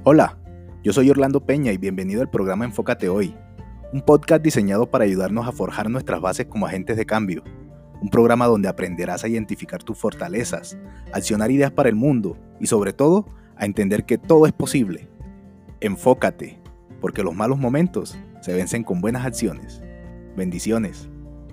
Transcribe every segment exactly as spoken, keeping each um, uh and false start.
Hola, yo soy Orlando Peña y bienvenido al programa Enfócate Hoy, un podcast diseñado para ayudarnos a forjar nuestras bases como agentes de cambio, un programa donde aprenderás a identificar tus fortalezas, a accionar ideas para el mundo y sobre todo a entender que todo es posible. Enfócate, porque los malos momentos se vencen con buenas acciones. Bendiciones.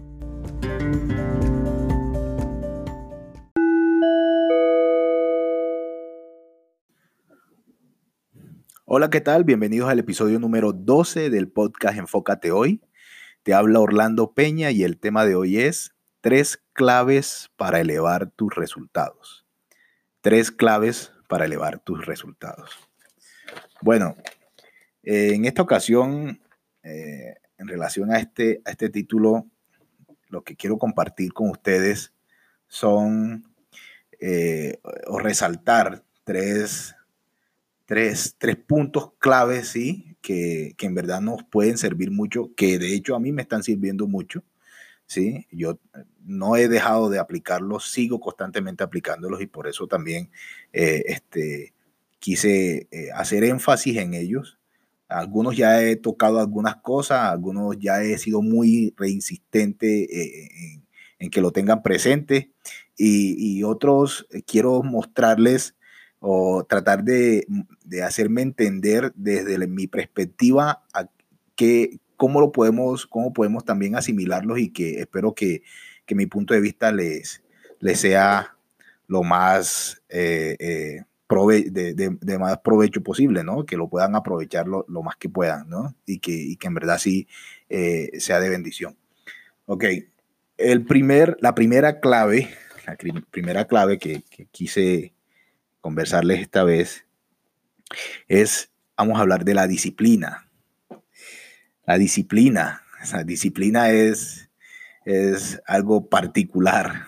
Hola, ¿qué tal? Bienvenidos al episodio número doce del podcast Enfócate Hoy. Te habla Orlando Peña y el tema de hoy es tres claves para elevar tus resultados. Tres claves para elevar tus resultados. Bueno, eh, en esta ocasión, eh, en relación a este, a este título, lo que quiero compartir con ustedes son eh, o resaltar tres Tres, tres puntos claves, ¿sí? Que, que en verdad nos pueden servir mucho, que de hecho a mí me están sirviendo mucho, ¿sí? Yo no he dejado de aplicarlos, sigo constantemente aplicándolos y por eso también eh, este, quise eh, hacer énfasis en ellos. Algunos ya he tocado algunas cosas, algunos ya he sido muy reinsistente eh, en, en que lo tengan presente y, y otros eh, quiero mostrarles o tratar de, de hacerme entender desde mi perspectiva a que, cómo lo podemos, cómo podemos también asimilarlos y que espero que, que mi punto de vista les, les sea lo más eh, eh, prove de, de, de más provecho posible, ¿no? Que lo puedan aprovechar lo, lo más que puedan, ¿no? Y que, y que en verdad sí eh, sea de bendición. Ok, el primer, la primera clave, la primera clave que, que quise conversarles esta vez es, vamos a hablar de la disciplina. La disciplina, esa disciplina es, es algo particular.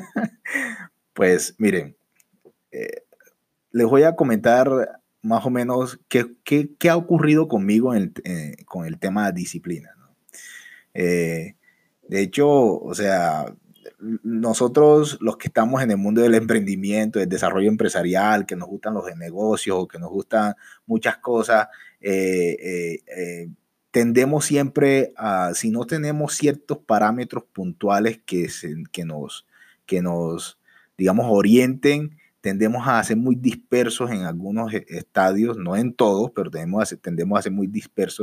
Pues miren, eh, les voy a comentar más o menos qué, qué, qué ha ocurrido conmigo en el, eh, con el tema de disciplina, ¿no? Eh, de hecho, o sea, nosotros los que estamos en el mundo del emprendimiento, del desarrollo empresarial, que nos gustan los negocios o que nos gustan muchas cosas, eh, eh, eh, tendemos siempre a, si no tenemos ciertos parámetros puntuales que, se, que, nos, que nos, digamos, orienten, tendemos a ser muy dispersos en algunos estadios, no en todos, pero tendemos a ser, tendemos a ser muy dispersos.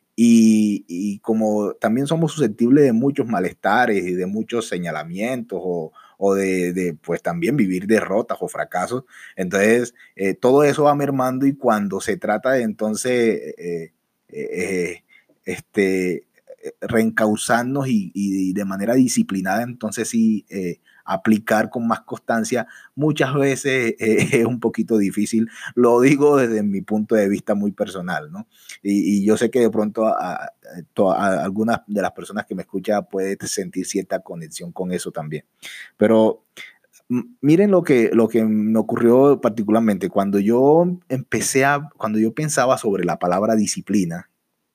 Y, y como también somos susceptibles de muchos malestares y de muchos señalamientos o, o de, de, pues también vivir derrotas o fracasos, entonces eh, todo eso va mermando y cuando se trata de entonces eh, eh, este, reencauzarnos y, y de manera disciplinada, entonces sí eh, aplicar con más constancia, muchas veces eh, es un poquito difícil. Lo digo desde mi punto de vista muy personal, ¿no? Y, y yo sé que de pronto a, a, a algunas de las personas que me escuchan puede sentir cierta conexión con eso también. Pero miren lo que, lo que me ocurrió particularmente cuando yo empecé a, cuando yo pensaba sobre la palabra disciplina,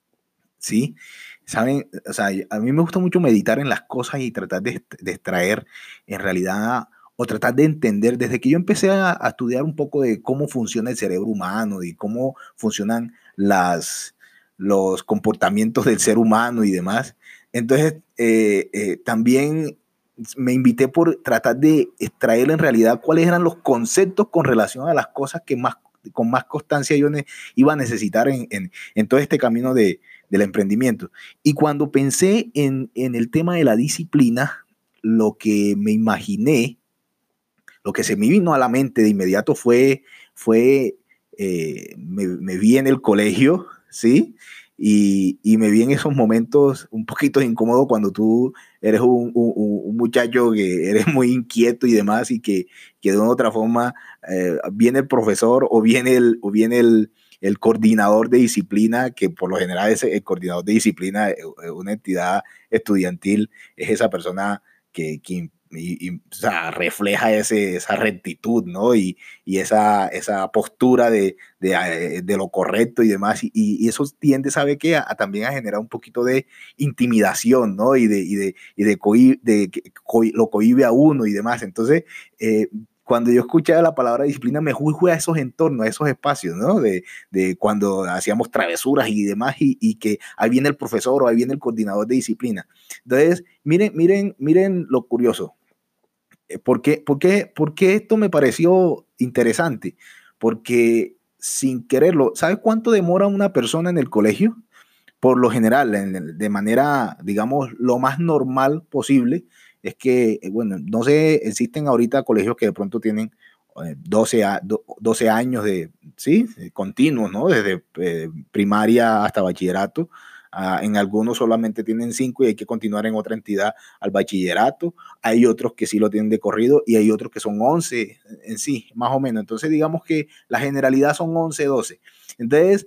¿sí? ¿Saben? O sea, a mí me gusta mucho meditar en las cosas y tratar de, de extraer en realidad o tratar de entender, desde que yo empecé a, a estudiar un poco de cómo funciona el cerebro humano y cómo funcionan las, los comportamientos del ser humano y demás. Entonces, eh, eh, también me invité por tratar de extraer en realidad cuáles eran los conceptos con relación a las cosas que más, con más constancia yo ne iba a necesitar en, en, en todo este camino de, del emprendimiento. Y cuando pensé en, en el tema de la disciplina, lo que me imaginé, lo que se me vino a la mente de inmediato fue, fue eh, me, me vi en el colegio, ¿sí? Y, y me vi en esos momentos un poquito incómodos cuando tú eres un, un, un muchacho que eres muy inquieto y demás y que, que de una u otra forma eh, viene el profesor o viene el, o viene el, el coordinador de disciplina, que por lo general es el coordinador de disciplina, una entidad estudiantil, es esa persona que, que y, y, o sea, refleja ese, esa rectitud, ¿no? Y, y esa, esa postura de, de, de, lo correcto y demás. Y, y eso tiende, ¿sabe qué? A, a también a generar un poquito de intimidación, ¿no? Y de, y de, y de, cohi, de co, lo cohibe a uno y demás. Entonces, eh, cuando yo escuchaba la palabra disciplina, me fui a esos entornos, a esos espacios, ¿no? De, de cuando hacíamos travesuras y demás, y, y que ahí viene el profesor o ahí viene el coordinador de disciplina. Entonces, miren, miren, miren lo curioso. ¿Por qué, por qué, por qué esto me pareció interesante? Porque sin quererlo, ¿sabes cuánto demora una persona en el colegio? Por lo general, en, de manera, digamos, lo más normal posible, es que, bueno, no sé, existen ahorita colegios que de pronto tienen eh, doce, a, do, doce años de, ¿sí? Continuos, ¿no? Desde eh, primaria hasta bachillerato. Uh, en algunos solamente tienen cinco y hay que continuar en otra entidad al bachillerato. Hay otros que sí lo tienen de corrido y hay otros que son once en sí, más o menos. Entonces, digamos que la generalidad son once, doce. Entonces,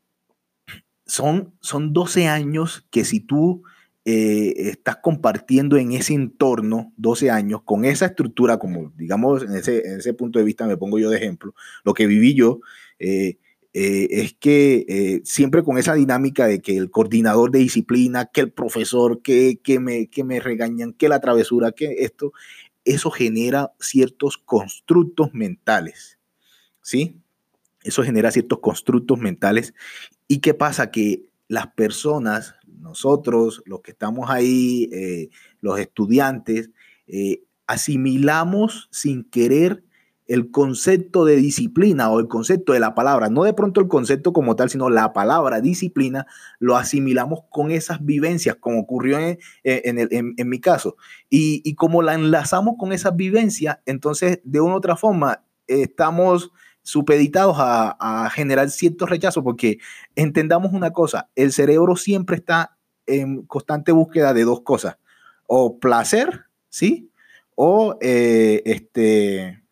son, son doce años que si tú eh, estás compartiendo en ese entorno, doce años, con esa estructura, como digamos, en ese, en ese punto de vista me pongo yo de ejemplo, lo que viví yo, eh, eh, es que eh, siempre con esa dinámica de que el coordinador de disciplina, que el profesor, que, que, me, que me regañan, que la travesura, que esto, eso genera ciertos constructos mentales, ¿sí? Eso genera ciertos constructos mentales. ¿Y qué pasa? Que las personas, nosotros, los que estamos ahí, eh, los estudiantes, eh, asimilamos sin querer el concepto de disciplina o el concepto de la palabra, no de pronto el concepto como tal, sino la palabra disciplina, lo asimilamos con esas vivencias, como ocurrió en, en, el, en, en mi caso. Y, y como la enlazamos con esas vivencias, entonces de una u otra forma eh, estamos supeditados a, a generar ciertos rechazos, porque entendamos una cosa, el cerebro siempre está en constante búsqueda de dos cosas, o placer, ¿sí? O eh, este...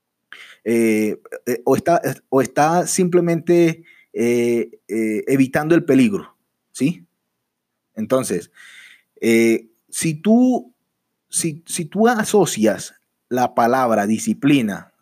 Eh, eh, o, está, o está simplemente eh, eh, evitando el peligro, ¿sí? Entonces, eh, si, tú, si, si tú asocias la palabra disciplina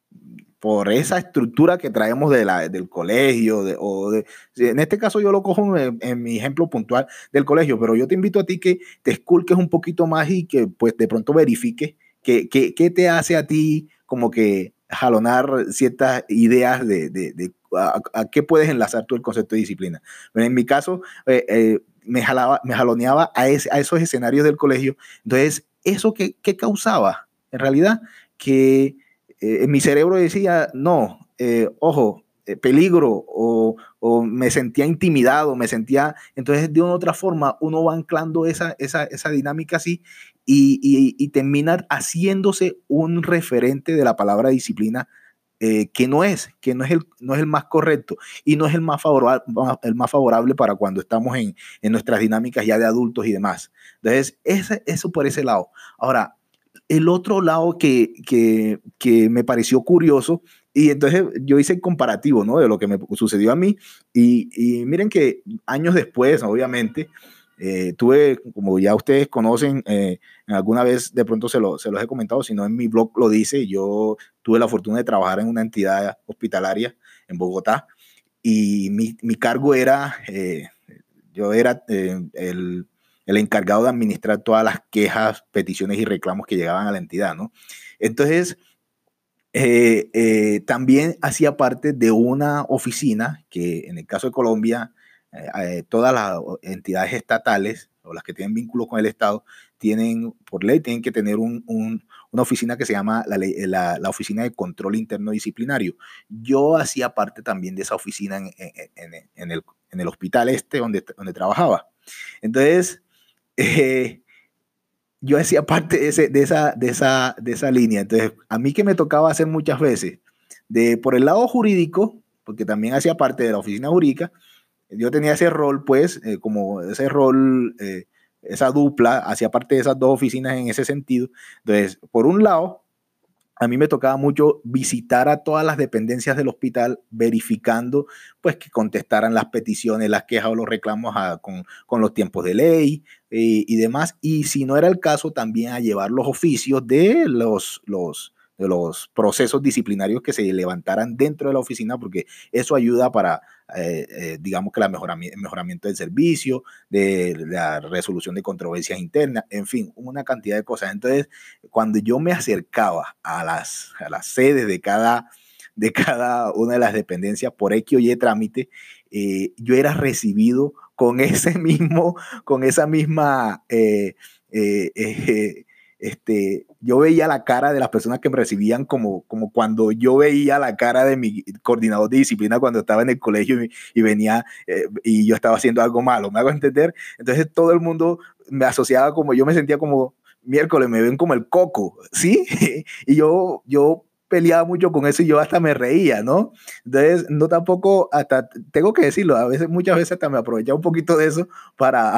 por esa estructura que traemos de la, del colegio, de, o de, en este caso yo lo cojo en, en mi ejemplo puntual del colegio, pero yo te invito a ti que te esculques un poquito más y que pues de pronto verifiques qué que, que te hace a ti como que jalonar ciertas ideas de, de, de a, a, qué puedes enlazar tú el concepto de disciplina. Pero en mi caso, eh, eh, me, jalaba, me jaloneaba a, ese, a esos escenarios del colegio. Entonces, ¿eso qué, qué causaba? En realidad, que eh, mi cerebro decía, no, eh, ojo, eh, peligro, o, o me sentía intimidado, me sentía, entonces de una u otra forma uno va anclando esa, esa, esa dinámica así y, y, y termina haciéndose un referente de la palabra disciplina eh, que no es, que no es, el, no es el más correcto y no es el más favorable, el más favorable para cuando estamos en, en nuestras dinámicas ya de adultos y demás. Entonces, ese, eso por ese lado. Ahora, el otro lado que, que, que me pareció curioso, y entonces yo hice el comparativo, ¿no? De lo que me sucedió a mí, y, y miren que años después, obviamente, eh, tuve, como ya ustedes conocen, eh, alguna vez de pronto se, lo, se los he comentado, si no en mi blog lo dice, yo tuve la fortuna de trabajar en una entidad hospitalaria en Bogotá, y mi, mi cargo era, eh, yo era eh, el el encargado de administrar todas las quejas, peticiones y reclamos que llegaban a la entidad, ¿no? Entonces, eh, eh, también hacía parte de una oficina que en el caso de Colombia, eh, eh, todas las entidades estatales o las que tienen vínculos con el Estado, tienen, por ley, tienen que tener un, un, una oficina que se llama la, la, la Oficina de Control Interno Disciplinario. Yo hacía parte también de esa oficina en, en, en, en, el, en el hospital este donde, donde trabajaba. Entonces, Eh, yo hacía parte de, ese, de, esa, de, esa, de esa línea. Entonces, a mí que me tocaba hacer muchas veces, de por el lado jurídico, porque también hacía parte de la oficina jurídica, yo tenía ese rol, pues, eh, como ese rol, eh, esa dupla, hacía parte de esas dos oficinas en ese sentido. Entonces, por un lado, a mí me tocaba mucho visitar a todas las dependencias del hospital, verificando pues que contestaran las peticiones, las quejas o los reclamos a, con, con los tiempos de ley eh, y demás. Y si no era el caso, también a llevar los oficios de los, los, de los procesos disciplinarios que se levantaran dentro de la oficina, porque eso ayuda para, eh, eh, digamos que la mejorami el mejoramiento del servicio, de la resolución de controversias internas, en fin, una cantidad de cosas. Entonces, cuando yo me acercaba a las, a las sedes de cada, de cada una de las dependencias por X o Y trámite, eh, yo era recibido con ese mismo, con esa misma, eh, eh, eh, este, yo veía la cara de las personas que me recibían como, como cuando yo veía la cara de mi coordinador de disciplina cuando estaba en el colegio y, y venía eh, y yo estaba haciendo algo malo, ¿me hago entender? Entonces todo el mundo me asociaba como, yo me sentía como, miércoles, me ven como el coco, ¿sí? Y yo, yo peleaba mucho con eso y yo hasta me reía, ¿no? Entonces, no tampoco, hasta tengo que decirlo, a veces, muchas veces hasta me aprovechaba un poquito de eso para,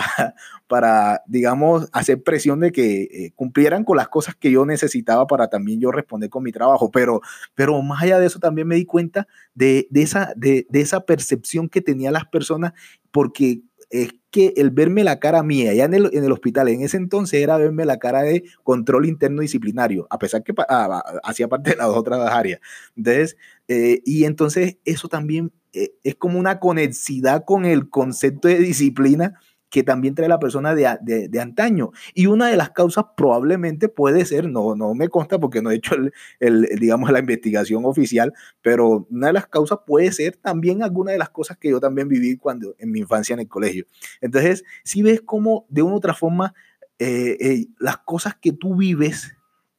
para digamos, hacer presión de que eh, cumplieran con las cosas que yo necesitaba para también yo responder con mi trabajo. Pero, pero más allá de eso, también me di cuenta de, de, esa, de, de esa percepción que tenían las personas, porque es que el verme la cara mía allá en el, en el hospital en ese entonces era verme la cara de control interno disciplinario, a pesar que ah, hacía parte de las otras áreas. Entonces, eh, y entonces eso también eh, es como una conexidad con el concepto de disciplina que también trae la persona de, de, de antaño. Y una de las causas probablemente puede ser, no, no me consta porque no he hecho el, el, el, digamos, la investigación oficial, pero una de las causas puede ser también alguna de las cosas que yo también viví cuando en mi infancia en el colegio. Entonces, si ves cómo de una u otra forma eh, eh, las cosas que tú vives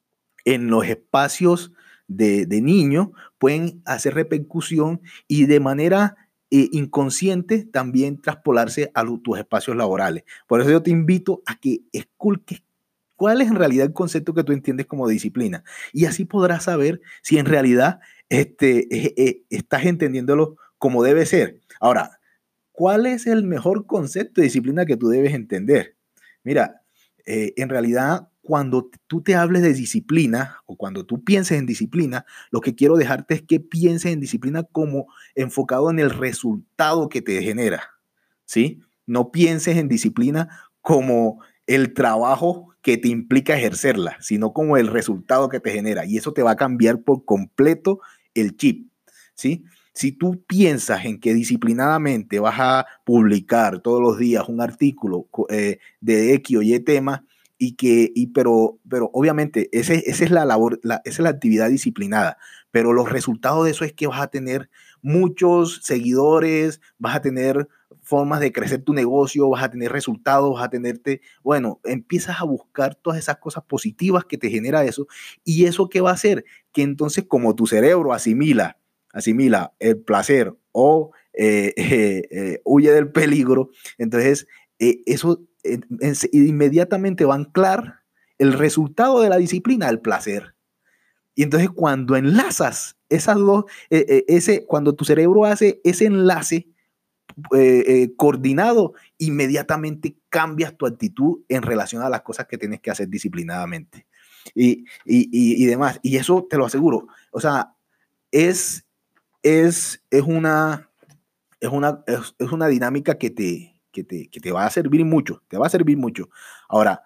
en los espacios de, de niño pueden hacer repercusión y de manera eh, inconsciente también traspolarse a lo, tus espacios laborales. Por eso yo te invito a que esculques cuál es en realidad el concepto que tú entiendes como disciplina. Y así podrás saber si en realidad este, eh, eh, estás entendiéndolo como debe ser. Ahora, ¿cuál es el mejor concepto de disciplina que tú debes entender? Mira, eh, en realidad, cuando tú te hables de disciplina o cuando tú pienses en disciplina, lo que quiero dejarte es que pienses en disciplina como enfocado en el resultado que te genera, ¿sí? No pienses en disciplina como el trabajo que te implica ejercerla, sino como el resultado que te genera. Y eso te va a cambiar por completo el chip, ¿sí? Si tú piensas en que disciplinadamente vas a publicar todos los días un artículo eh, de X o Y tema, y que, y pero, pero obviamente ese, esa es la labor, la, esa es la actividad disciplinada, pero los resultados de eso es que vas a tener muchos seguidores, vas a tener formas de crecer tu negocio, vas a tener resultados, vas a tenerte, bueno, empiezas a buscar todas esas cosas positivas que te genera eso, y eso qué va a hacer, que entonces como tu cerebro asimila asimila el placer o eh, eh, eh, huye del peligro, entonces eh, eso eh, inmediatamente va a anclar el resultado de la disciplina al placer. Y entonces cuando enlazas esas dos, eh, eh, ese, cuando tu cerebro hace ese enlace eh, eh, coordinado, inmediatamente cambias tu actitud en relación a las cosas que tienes que hacer disciplinadamente. Y, y, y, y demás. Y eso te lo aseguro. O sea, es es, es, una, es, una, es, es una dinámica que te, que, te, que te va a servir mucho, te va a servir mucho. Ahora,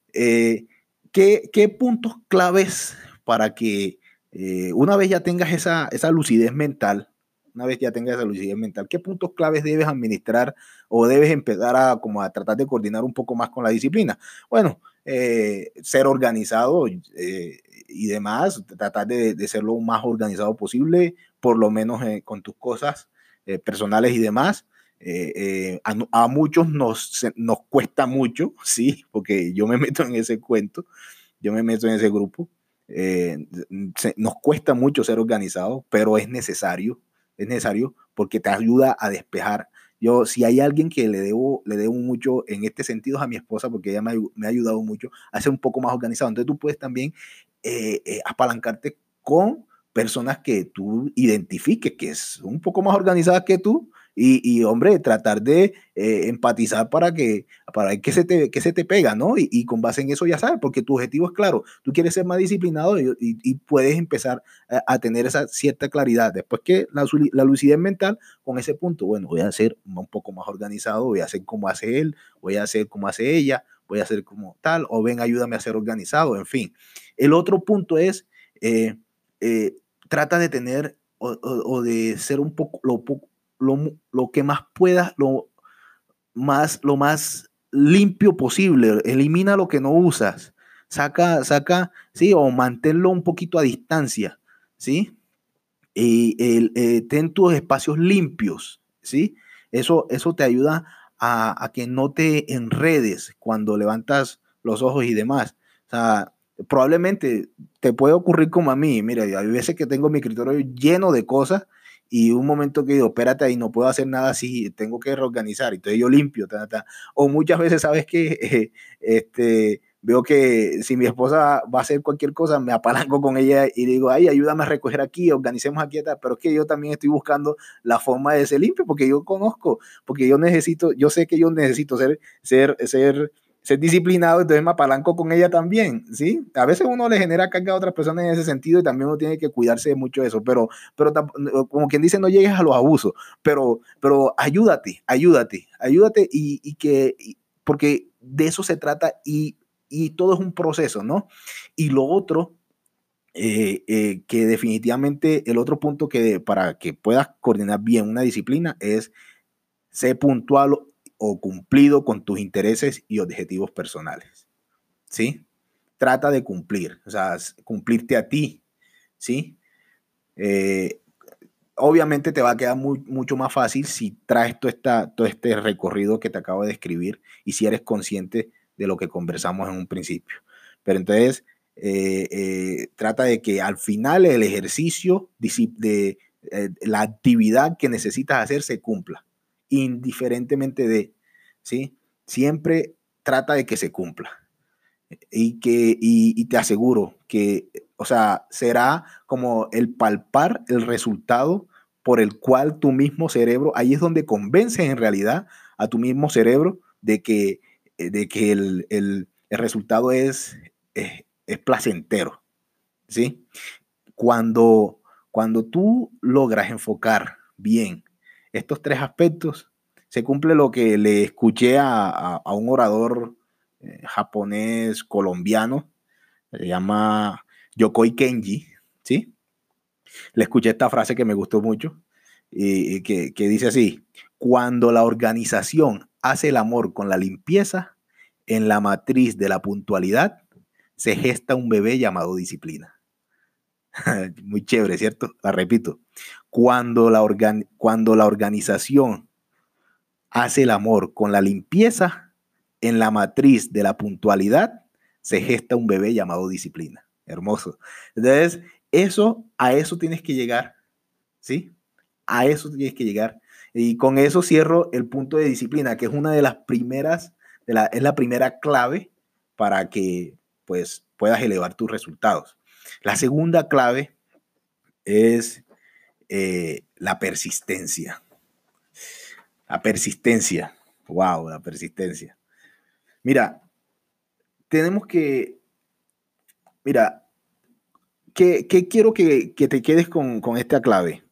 eh, ¿qué, ¿qué puntos claves para que eh, una vez ya tengas esa, esa lucidez mental, una vez ya tengas esa lucidez mental, qué puntos claves debes administrar o debes empezar a, como a tratar de coordinar un poco más con la disciplina? Bueno, eh, ser organizado eh, y demás, tratar de, de ser lo más organizado posible, por lo menos eh, con tus cosas eh, personales y demás. Eh, eh, a, a, muchos nos, nos cuesta mucho, sí, porque yo me meto en ese cuento, yo me meto en ese grupo. Eh, se, nos cuesta mucho ser organizados, pero es necesario, es necesario porque te ayuda a despejar. Yo, si hay alguien que le debo, le debo mucho en este sentido es a mi esposa, porque ella me ha, me ha ayudado mucho a ser un poco más organizado. Entonces tú puedes también eh, eh, apalancarte con personas que tú identifiques que es un poco más organizadas que tú y, y hombre, tratar de eh, empatizar para que, para que se te, que se te pega, ¿no? Y, y con base en eso ya sabes, porque tu objetivo es claro, tú quieres ser más disciplinado y, y, y puedes empezar a, a, tener esa cierta claridad. Después que la, la lucidez mental con ese punto, bueno, voy a ser un poco más organizado, voy a hacer como hace él, voy a hacer como hace ella, voy a hacer como tal, o ven, ayúdame a ser organizado, en fin. El otro punto es... Eh, eh, trata de tener o, o, o de ser un poco lo, lo, lo que más puedas, lo más, lo más limpio posible. Elimina lo que no usas. Saca, saca, sí, o manténlo un poquito a distancia, ¿sí? Y el, eh, ten tus espacios limpios, ¿sí? Eso, eso te ayuda a, a que no te enredes cuando levantas los ojos y demás. O sea, probablemente te puede ocurrir como a mí. Mira, hay veces que tengo mi escritorio lleno de cosas y un momento que digo, espérate ahí, no puedo hacer nada así, tengo que reorganizar. Entonces yo limpio, ta, ta. O muchas veces, ¿sabes qué? Eh, este, veo que si mi esposa va a hacer cualquier cosa, me apalanco con ella y digo, ay, ayúdame a recoger aquí, organicemos aquí, tal. Pero es que yo también estoy buscando la forma de ser limpio, porque yo conozco, porque yo necesito, yo sé que yo necesito ser, ser, ser, ser disciplinado, entonces me apalanco con ella también, ¿sí? A veces uno le genera carga a otras personas en ese sentido y también uno tiene que cuidarse de mucho de eso, pero, pero como quien dice, no llegues a los abusos, pero, pero ayúdate, ayúdate, ayúdate y, y que, y, porque de eso se trata y y todo es un proceso, ¿no? Y lo otro, eh, eh, que definitivamente el otro punto que para que puedas coordinar bien una disciplina es ser puntual o cumplido con tus intereses y objetivos personales, ¿sí? Trata de cumplir, o sea, cumplirte a ti, ¿sí? Eh, obviamente te va a quedar muy, mucho más fácil si traes todo, esta, todo este recorrido que te acabo de describir y si eres consciente de lo que conversamos en un principio. Pero entonces, eh, eh, trata de que al final el ejercicio de eh, la actividad que necesitas hacer se cumpla, indiferentemente de, ¿sí? Siempre trata de que se cumpla. Y, que, y, y te aseguro que, o sea, será como el palpar el resultado por el cual tu mismo cerebro, ahí es donde convences en realidad a tu mismo cerebro de que, de que el, el, el resultado es, es, es placentero, ¿sí? Cuando, cuando tú logras enfocar bien estos tres aspectos, se cumple lo que le escuché a, a, a un orador eh, japonés colombiano, se llama Yokoi Kenji, ¿sí? Le escuché esta frase que me gustó mucho, y, y que, que dice así: cuando la organización hace el amor con la limpieza, en la matriz de la puntualidad se gesta un bebé llamado disciplina. Muy chévere, ¿cierto? La repito. Cuando la, organ cuando la organización hace el amor con la limpieza, en la matriz de la puntualidad se gesta un bebé llamado disciplina. Hermoso. Entonces, eso, a eso tienes que llegar, ¿sí? A eso tienes que llegar. Y con eso cierro el punto de disciplina, que es una de las primeras, de la, es la primera clave para que pues puedas elevar tus resultados. La segunda clave es eh, la persistencia. La persistencia. Wow, la persistencia. Mira, tenemos que, mira, ¿qué, qué quiero que, que, te quedes con, con esta clave?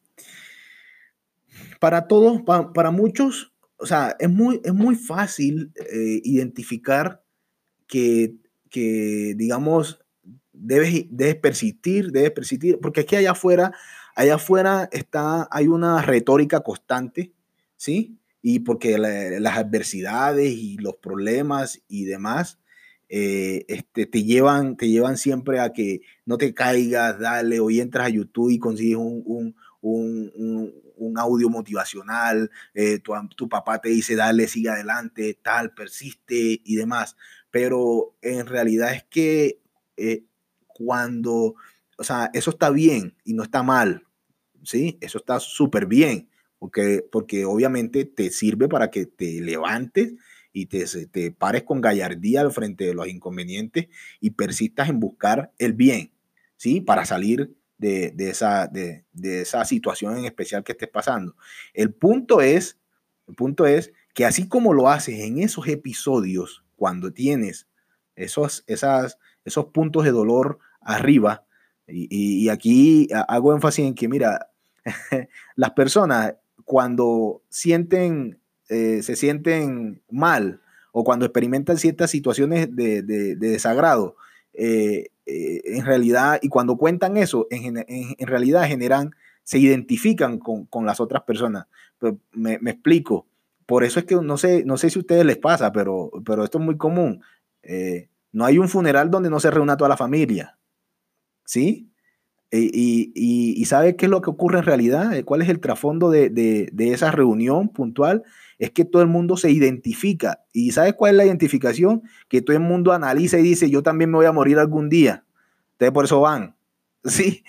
Para todos, para, para muchos, o sea, es muy, es muy fácil eh, identificar que, que, digamos, debes, debes persistir, debes persistir, porque es que allá afuera, allá afuera está, hay una retórica constante, ¿sí? Y porque la, las adversidades y los problemas y demás eh, este, te, llevan, te llevan siempre a que no te caigas, dale, hoy entras a YouTube y consigues un, un, un, un, un audio motivacional, eh, tu, tu papá te dice, dale, sigue adelante, tal, persiste y demás. Pero en realidad es que eh, cuando, o sea, eso está bien y no está mal, ¿sí? Eso está súper bien, porque, porque obviamente te sirve para que te levantes y te, te pares con gallardía al frente de los inconvenientes y persistas en buscar el bien, ¿sí? Para salir de, de, esa, de, de esa situación en especial que estés pasando. El punto es, el punto es que así como lo haces en esos episodios, cuando tienes esos, esas, esos puntos de dolor arriba, y, y, y aquí hago énfasis en que, mira, las personas cuando sienten, eh, se sienten mal o cuando experimentan ciertas situaciones de, de, de desagrado, eh, eh, en realidad, y cuando cuentan eso, en, en, en realidad generan, se identifican con, con las otras personas. Pero me, me explico. Por eso es que no sé, no sé si a ustedes les pasa, pero, pero esto es muy común. Eh, no hay un funeral donde no se reúna toda la familia, ¿sí? Y, y, y, y ¿sabe qué es lo que ocurre en realidad? ¿Cuál es el trasfondo de, de, de esa reunión puntual? Es que todo el mundo se identifica. ¿Y sabes cuál es la identificación? Que todo el mundo analiza y dice, yo también me voy a morir algún día. Entonces por eso van. ¿Sí?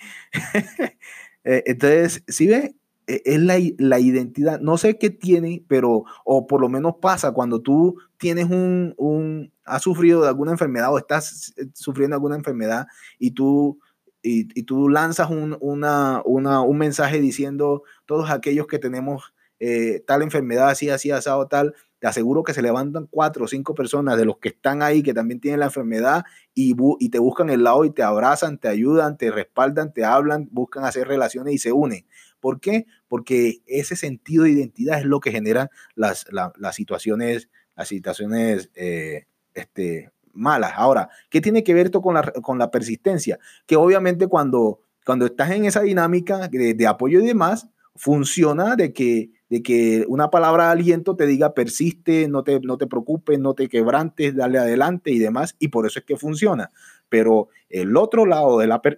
Entonces, ¿sí ves? Es la, la identidad. No sé qué tiene, pero, o por lo menos pasa cuando tú tienes un, un, has sufrido de alguna enfermedad o estás sufriendo alguna enfermedad y tú Y, y, tú lanzas un, una, una, un mensaje diciendo todos aquellos que tenemos eh, tal enfermedad, así, así, asado, tal, te aseguro que se levantan cuatro o cinco personas de los que están ahí que también tienen la enfermedad y, y te buscan el lado y te abrazan, te ayudan, te respaldan, te hablan, buscan hacer relaciones y se unen. ¿Por qué? Porque ese sentido de identidad es lo que genera las, la, las situaciones, las situaciones eh, este, malas. Ahora, ¿qué tiene que ver esto con la, con la persistencia? Que obviamente cuando, cuando estás en esa dinámica de, de apoyo y demás, funciona de que, de que una palabra de aliento te diga persiste, no te, no te preocupes, no te quebrantes, dale adelante y demás, y por eso es que funciona. Pero el otro lado de la, per,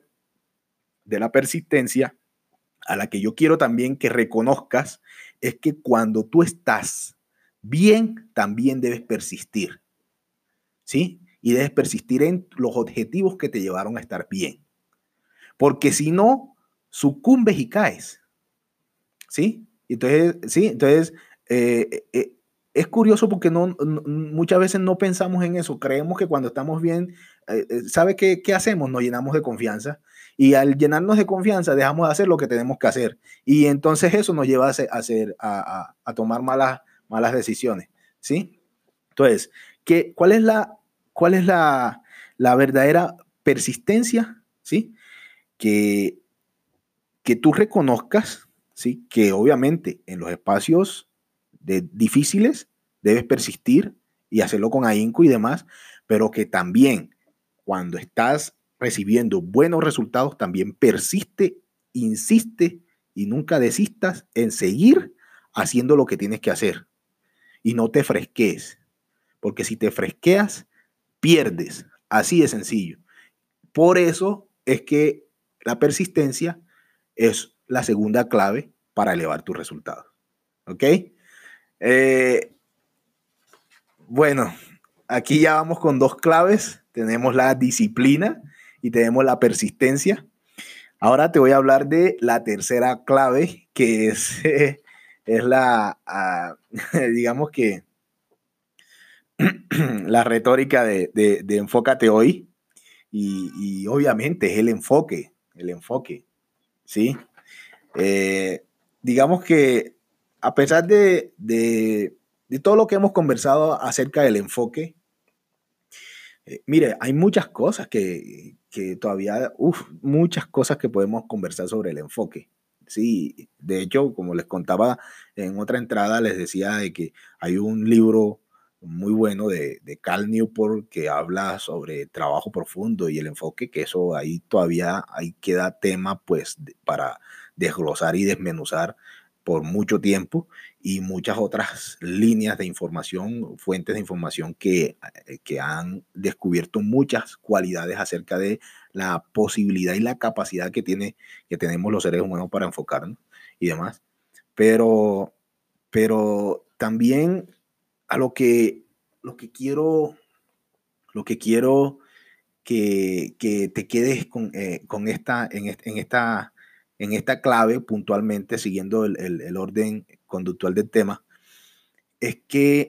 de la persistencia, a la que yo quiero también que reconozcas, es que cuando tú estás bien, también debes persistir, ¿sí? Y debes persistir en los objetivos que te llevaron a estar bien. Porque si no, sucumbes y caes, ¿sí? Entonces, sí, entonces eh, eh, es curioso porque no, no, muchas veces no pensamos en eso. Creemos que cuando estamos bien, eh, ¿sabe qué, qué hacemos? Nos llenamos de confianza. Y al llenarnos de confianza, dejamos de hacer lo que tenemos que hacer. Y entonces eso nos lleva a, hacer, a, a, a tomar malas, malas decisiones, ¿sí? Entonces, ¿qué, cuál es la, cuál es la, la verdadera persistencia? ¿Sí? Que, que tú reconozcas, ¿sí? Que obviamente en los espacios de, difíciles debes persistir y hacerlo con ahínco y demás, pero que también cuando estás recibiendo buenos resultados, también persiste, insiste y nunca desistas en seguir haciendo lo que tienes que hacer y no te fresquees, porque si te fresqueas, pierdes, así de sencillo. Por eso es que la persistencia es la segunda clave para elevar tus resultados. ¿Ok? Eh, bueno, aquí ya vamos con dos claves. Tenemos la disciplina y tenemos la persistencia. Ahora te voy a hablar de la tercera clave, que es, eh, es la, uh, digamos que, la retórica de, de, de enfócate hoy. Y, y obviamente es el enfoque, el enfoque, ¿sí? Eh, digamos que a pesar de, de, de, todo lo que hemos conversado acerca del enfoque, eh, mire, hay muchas cosas que, que todavía, uf, muchas cosas que podemos conversar sobre el enfoque. Sí, de hecho, como les contaba en otra entrada, les decía de que hay un libro muy bueno de, de Cal Newport que habla sobre trabajo profundo y el enfoque, que eso ahí todavía ahí queda tema pues de, para desglosar y desmenuzar por mucho tiempo, y muchas otras líneas de información, fuentes de información que, que han descubierto muchas cualidades acerca de la posibilidad y la capacidad que, tiene, que tenemos los seres humanos para enfocarnos y demás. Pero, pero también a lo que, lo que quiero, lo que quiero que, que te quedes con, eh, con esta, en, en, esta, en esta clave puntualmente, siguiendo el, el, el orden conductual del tema, es que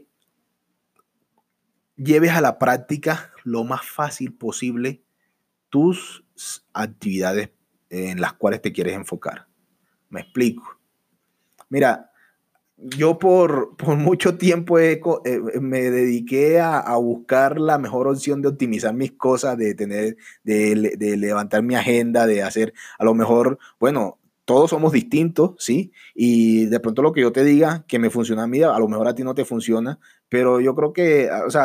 lleves a la práctica lo más fácil posible tus actividades en las cuales te quieres enfocar. Me explico. Mira, yo por, por mucho tiempo he, eh, me dediqué a, a buscar la mejor opción de optimizar mis cosas, de tener, de, de levantar mi agenda, de hacer, a lo mejor, bueno, todos somos distintos, ¿sí? Y de pronto lo que yo te diga que me funciona a mí, a lo mejor a ti no te funciona, pero yo creo que, o sea,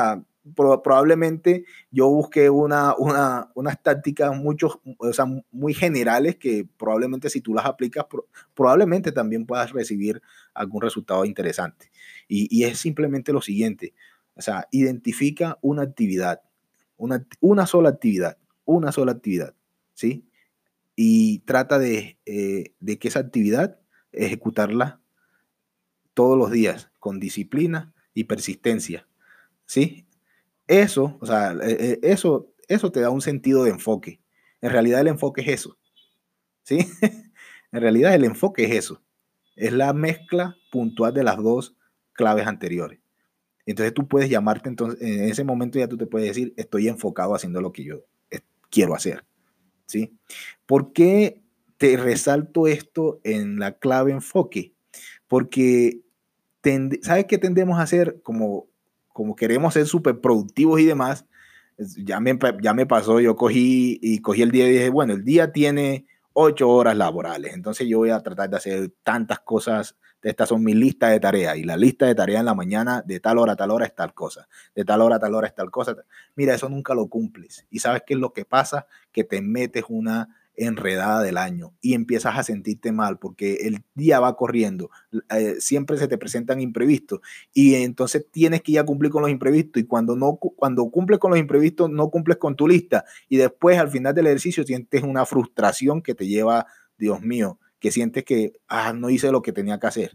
pro, probablemente yo busqué una, una, unas tácticas muchos, o sea, muy generales que probablemente si tú las aplicas, pro, probablemente también puedas recibir algún resultado interesante. Y, y es simplemente lo siguiente, o sea, identifica una actividad, una, una sola actividad, una sola actividad, ¿sí? Y trata de, eh, de que esa actividad, ejecutarla todos los días, con disciplina y persistencia, ¿sí? Eso, o sea, eh, eh, eso, eso te da un sentido de enfoque. En realidad el enfoque es eso, ¿sí? En realidad el enfoque es eso. Es la mezcla puntual de las dos claves anteriores. Entonces tú puedes llamarte, entonces, en ese momento ya tú te puedes decir, estoy enfocado haciendo lo que yo eh, quiero hacer, ¿sí? ¿Por qué te resalto esto en la clave enfoque? Porque, tend, ¿sabes qué tendemos a hacer? Como, como queremos ser súper productivos y demás, ya me, ya me pasó, yo cogí y cogí el día y dije, bueno, el día tiene ocho horas laborales, entonces yo voy a tratar de hacer tantas cosas, estas son mis listas de tareas, y la lista de tareas en la mañana, de tal hora a tal hora es tal cosa, de tal hora a tal hora es tal cosa. Mira, eso nunca lo cumples. ¿Y sabes qué es lo que pasa? Que te metes una enredada del año y empiezas a sentirte mal porque el día va corriendo, eh, siempre se te presentan imprevistos y entonces tienes que ir a cumplir con los imprevistos y cuando, no, cuando cumples con los imprevistos no cumples con tu lista y después al final del ejercicio sientes una frustración que te lleva, Dios mío, que sientes que ah, no hice lo que tenía que hacer.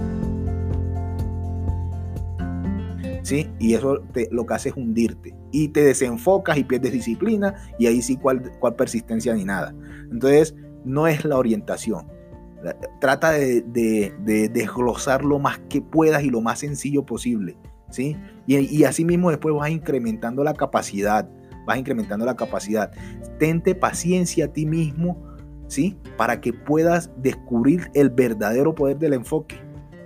¿Sí? Y eso te, lo que hace es hundirte y te desenfocas y pierdes disciplina y ahí sí cuál, cuál persistencia ni nada. Entonces no es la orientación. Trata de, de, de desglosar lo más que puedas y lo más sencillo posible, ¿sí? Y, y así mismo después vas incrementando la capacidad, vas incrementando la capacidad. Tente paciencia a ti mismo, ¿sí? Para que puedas descubrir el verdadero poder del enfoque.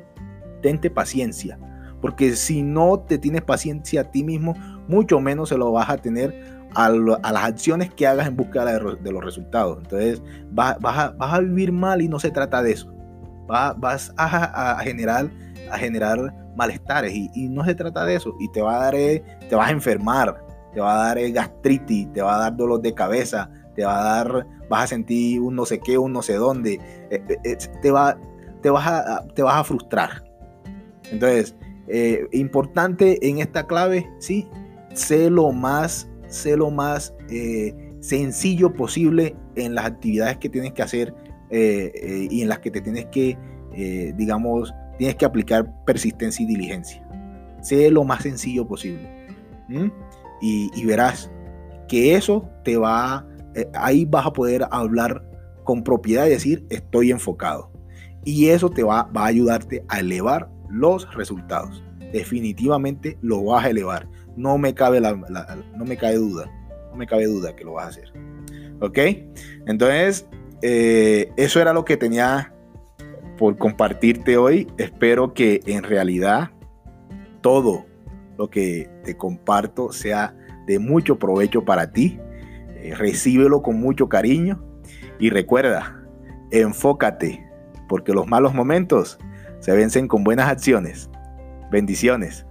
Tente paciencia. Porque si no te tienes paciencia a ti mismo, mucho menos se lo vas a tener a, lo, a las acciones que hagas en búsqueda de, de los resultados. Entonces vas, vas, a, vas, a vivir mal y no se trata de eso. Vas, vas a, a, generar, a generar malestares y, y no se trata de eso. Y te va a dar, te vas a enfermar, te va a dar gastritis, te va a dar dolor de cabeza, te va a dar, vas a sentir un no sé qué, un no sé dónde. Eh, eh, te, va, te, vas a, te vas a frustrar. Entonces, Eh, importante en esta clave, sí, sé lo más, sé lo más eh, sencillo posible en las actividades que tienes que hacer eh, eh, y en las que te tienes que, eh, digamos, tienes que aplicar persistencia y diligencia. Sé lo más sencillo posible. ¿Mm? Y, y verás que eso te va, eh, ahí vas a poder hablar con propiedad y decir, estoy enfocado. Y eso te va, va a ayudarte a elevar los resultados. Definitivamente lo vas a elevar. No me cabe, la, la, no me cabe duda. No me cabe duda que lo vas a hacer. ¿Ok? Entonces, eh, eso era lo que tenía por compartirte hoy. Espero que en realidad todo lo que te comparto sea de mucho provecho para ti. Eh, recíbelo con mucho cariño. Y recuerda, enfócate, porque los malos momentos se vencen con buenas acciones. Bendiciones.